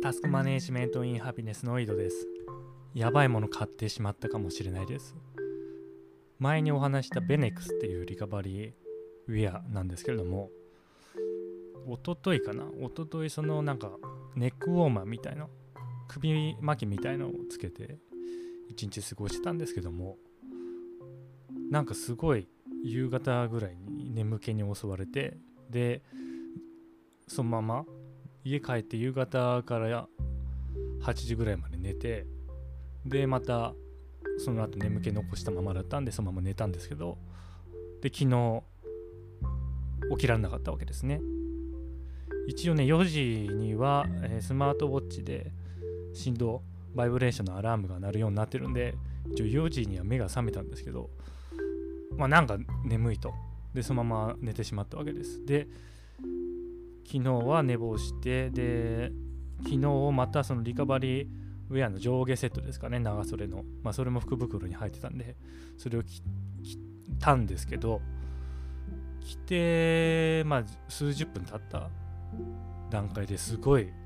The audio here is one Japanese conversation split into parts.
タスクマネジメントインハピネスの井戸です。やばいもの買ってしまったかもしれないです。前にお話したベネックスっていうリカバリーウェアなんですけれども、一昨日そのなんかネックウォーマーみたいな首巻きみたいのをつけて一日過ごしてたんですけども、なんかすごい夕方ぐらいに眠気に襲われて、でそのまま家帰って夕方から8時ぐらいまで寝て、でまたその後眠気残したままだったんでそのまま寝たんですけど、で昨日起きられなかったわけですね。一応ね4時には、スマートウォッチで振動バイブレーションのアラームが鳴るようになってるんで、一応4時には目が覚めたんですけど、なんか眠いと、でそのまま寝てしまったわけです。で昨日は寝坊して、で昨日またそのリカバリーウェアの上下セットですかね、長袖の、それも福袋に入ってたんでそれを着たんですけど、着て数十分経った段階ですごい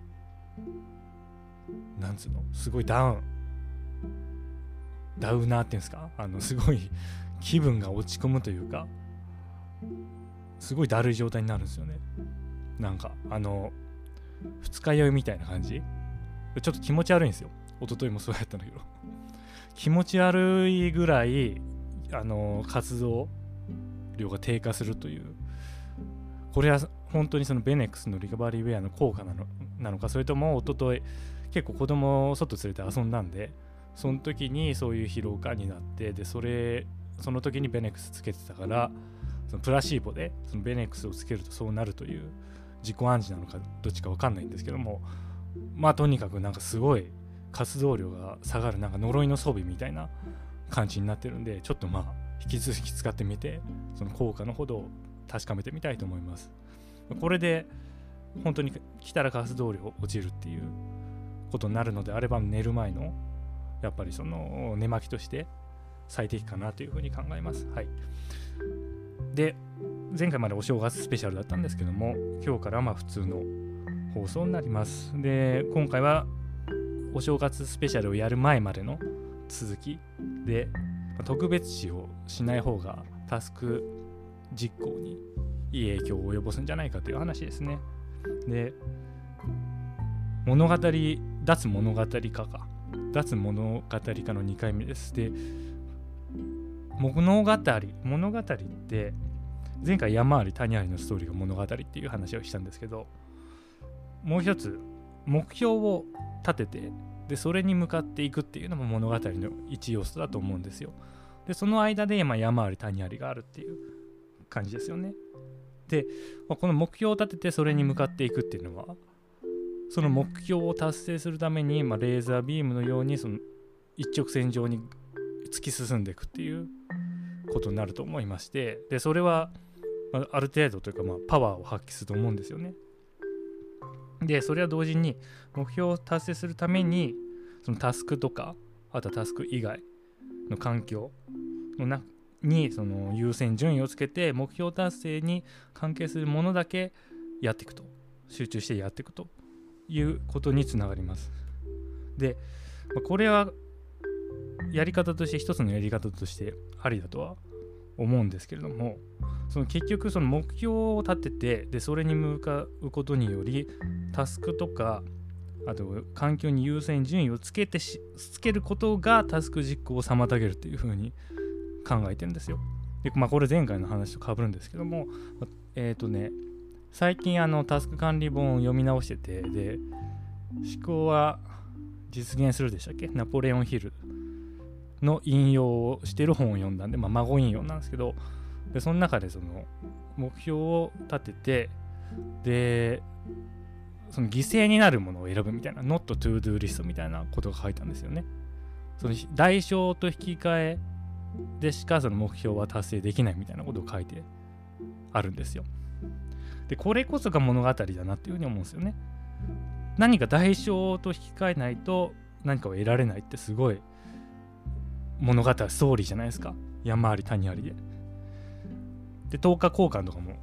すごいダウナーっていうんですか、すごい気分が落ち込むというか、すごいだるい状態になるんですよね。なんか二日酔いみたいな感じ、ちょっと気持ち悪いんですよ。一昨日もそうやったんだけど気持ち悪いぐらい活動量が低下するという、これは本当にそのベネックスのリカバリーウェアの効果なのか、それとも一昨日結構子供を外連れて遊んだんで、その時にそういう疲労感になって、でその時にベネックスつけてたから、そのプラシーボでそのベネックスをつけるとそうなるという自己暗示なのかどっちか分かんないんですけども、とにかくなんかすごい活動量が下がる、なんか呪いの装備みたいな感じになってるんで、ちょっと引き続き使ってみてその効果のほどを確かめてみたいと思います。これで本当に来たら活動量落ちるっていうことになるのであれば、寝る前のやっぱりその寝巻きとして最適かなというふうに考えます。はい。で前回までお正月スペシャルだったんですけども、今日から普通の放送になります。で今回はお正月スペシャルをやる前までの続きで、特別視をしない方がタスク実行にいい影響を及ぼすんじゃないかという話ですね。で脱物語化の2回目です。で物語って前回山あり谷ありのストーリーが物語っていう話をしたんですけど、もう一つ目標を立てて、でそれに向かっていくっていうのも物語の一要素だと思うんですよ。でその間で山あり谷ありがあるっていう感じですよね。でこの目標を立ててそれに向かっていくっていうのは、その目標を達成するために、レーザービームのようにその一直線上に突き進んでいくっていうことになると思いまして、でそれはある程度というかパワーを発揮すると思うんですよね。でそれは同時に目標を達成するためにそのタスクとか、あとはタスク以外の環境のにその優先順位をつけて、目標達成に関係するものだけやっていくと、集中してやっていくということにつながります。でこれは一つのやり方としてありだとは思うんですけれども、結局その目標を立てて、でそれに向かうことによりタスクとか、あと環境に優先順位をつけることがタスク実行を妨げるっていう風に考えてるんですよ。でこれ前回の話と被るんですけども、最近タスク管理本を読み直してて、で思考は実現するでしたっけ、ナポレオンヒルの引用をしてる本を読んだんで、孫引用なんですけど、でその中でその目標を立てて、でその犠牲になるものを選ぶみたいな Not to do リストみたいなことが書いたんですよね。その代償と引き換えでしかその目標は達成できないみたいなことを書いてあるんですよ。でこれこそが物語だなっていうふうに思うんですよね。何か代償と引き換えないと何かを得られないってすごい物語ストーリーじゃないですか。山あり谷ありで。で10日交換とかも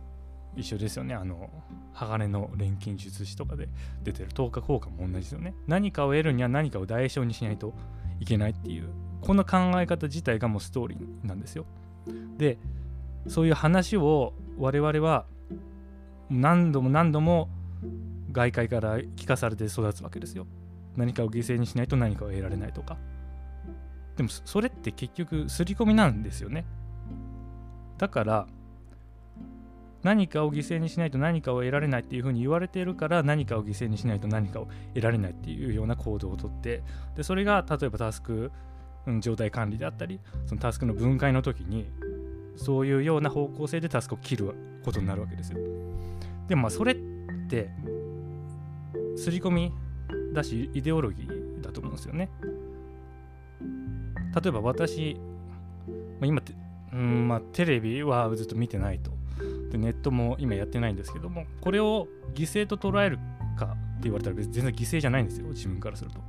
一緒ですよね。鋼の錬金術師とかで出てる10日効果も同じですよね。何かを得るには何かを代償にしないといけないっていう、この考え方自体がもうストーリーなんですよ。でそういう話を我々は何度も何度も外界から聞かされて育つわけですよ。何かを犠牲にしないと何かを得られないとか。でもそれって結局刷り込みなんですよね。だから何かを犠牲にしないと何かを得られないっていうふうに言われているから、何かを犠牲にしないと何かを得られないっていうような行動をとって、でそれが例えばタスク、状態管理であったり、そのタスクの分解の時にそういうような方向性でタスクを切ることになるわけですよ。でもそれって刷り込みだしイデオロギーだと思うんですよね。例えば私、今テレビはずっと見てないと。でネットも今やってないんですけども、これを犠牲と捉えるかって言われたら全然犠牲じゃないんですよ、自分からすると。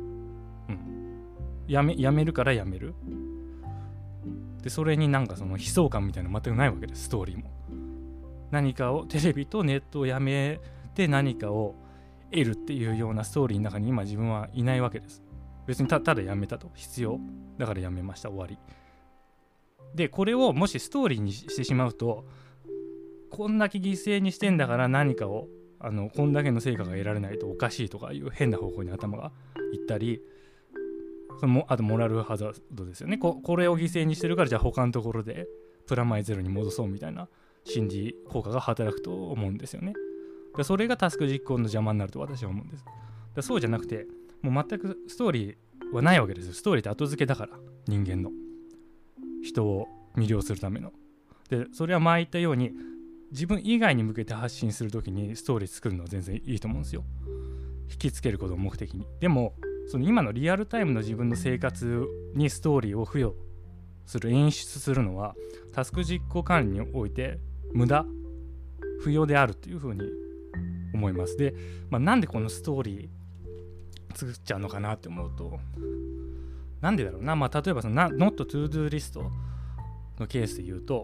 やめるからやめる。でそれになんかその悲壮感みたいなの全くないわけです。ストーリーも何かを、テレビとネットをやめて何かを得るっていうようなストーリーの中に今自分はいないわけです。別にただやめたと、必要だからやめました、終わりで。これをもしストーリーにしてしまうと、こんだけ犠牲にしてんだから何かをこんだけの成果が得られないとおかしいとかいう変な方向に頭がいったり、あとモラルハザードですよね。これを犠牲にしてるから、じゃあ他のところでプラマイゼロに戻そうみたいな心理効果が働くと思うんですよね。でそれがタスク実行の邪魔になると私は思うんです。でそうじゃなくて、もう全くストーリーはないわけですよ。ストーリーって後付けだから、人間の人を魅了するための。でそれは前言ったように自分以外に向けて発信するときにストーリー作るのは全然いいと思うんですよ。引きつけることを目的に。でもその今のリアルタイムの自分の生活にストーリーを付与する、演出するのはタスク実行管理において無駄、不要であるというふうに思います。で、なんでこのストーリー作っちゃうのかなって思うと、なんでだろうな。例えばそのNot to do リストのケースで言うと、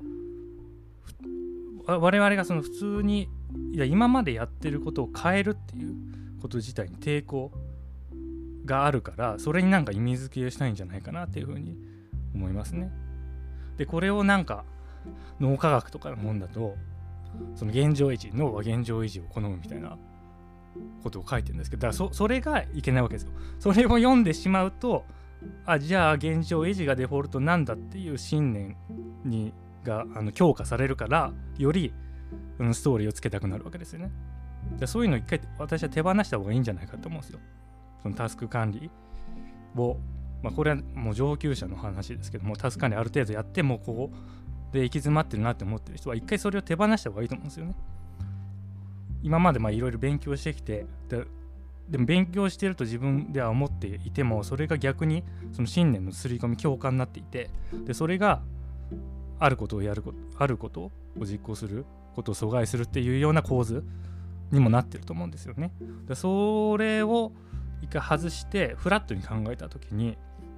我々がその普通に今までやってることを変えるっていうこと自体に抵抗があるから、それになんか意味付けしたいんじゃないかなっていうふうに思いますね。でこれをなんか脳科学とかのもんだと、その現状維持、脳は現状維持を好むみたいなことを書いてるんですけど、だからそれがいけないわけですよ。それを読んでしまうと、じゃあ現状維持がデフォルトなんだっていう信念が強化されるから、よりストーリーをつけたくなるわけですよね。でそういうのを一回私は手放した方がいいんじゃないかと思うんですよ。そのタスク管理を、これはもう上級者の話ですけども、タスク管理ある程度やってもここで行き詰まってるなって思ってる人は一回それを手放した方がいいと思うんですよね。今までいろいろ勉強してきて、でも勉強してると自分では思っていても、それが逆にその信念の刷り込み強化になっていて、でそれがあることを実行することを阻害するっていうような構図にもなってると思うんですよね。でそれを一回外してフラットに考えたときに、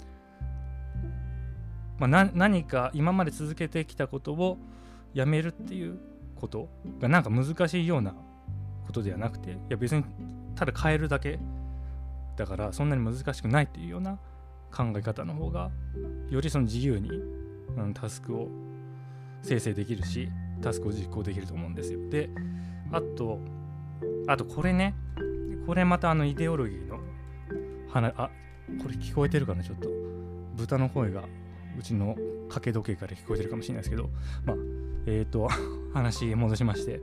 何か今まで続けてきたことをやめるっていうことがなんか難しいようなことではなくて、別にただ変えるだけだからそんなに難しくないっていうような考え方の方が、よりその自由に、タスクを生成できるし、タスクを実行できると思うんですよ。であとこれね、これまたイデオロギーの話、これ聞こえてるかな。ちょっと豚の声がうちの掛け時計から聞こえてるかもしれないですけど、話戻しまして、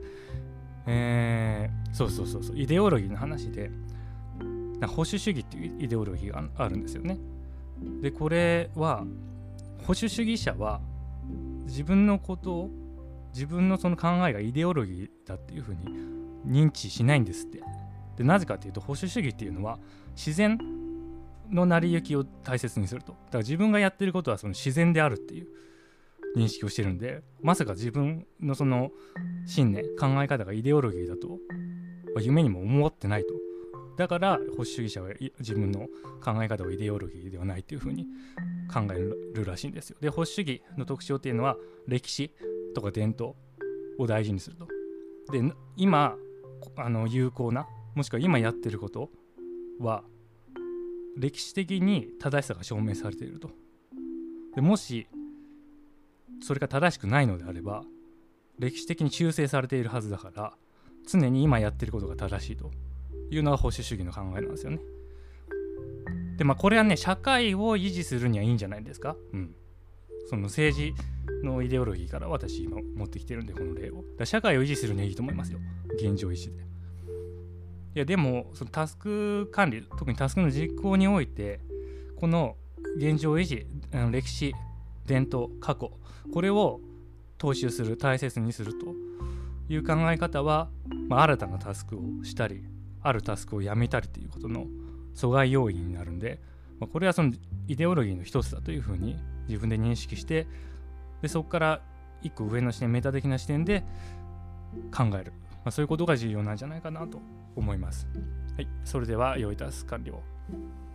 そうイデオロギーの話で、保守主義っていうイデオロギーがあるんですよね。でこれは保守主義者は自分のことを、自分のその考えがイデオロギーだっていうふうに認知しないんですって。でなぜかっていうと、保守主義っていうのは自然の成り行きを大切にすると。だから自分がやってることはその自然であるっていう認識をしてるんで、まさか自分のその信念、考え方がイデオロギーだとは夢にも思ってないと。だから保守主義者は自分の考え方はイデオロギーではないというふうに考えるらしいんですよ。で保守主義の特徴っていうのは、歴史とか伝統を大事にすると。で今有効なもしくは今やってることは歴史的に正しさが証明されていると。でもしそれが正しくないのであれば歴史的に修正されているはずだから常に今やってることが正しいというのが保守主義の考えなんですよね。でこれはね社会を維持するにはいいんじゃないですか。その政治のイデオロギーから私今持ってきてるんでこの例を。社会を維持するにはいいと思いますよ、現状維持で。いやでもそのタスク管理、特にタスクの実行においてこの現状維持、歴史、伝統、過去、これを踏襲する、大切にするという考え方は、新たなタスクをしたりあるタスクをやめたりということの阻害要因になるんで、これはそのイデオロギーの一つだというふうに自分で認識して、でそこから一個上の視点、メタ的な視点で考える、そういうことが重要なんじゃないかなと思います。はい、それでは良いタスク完了。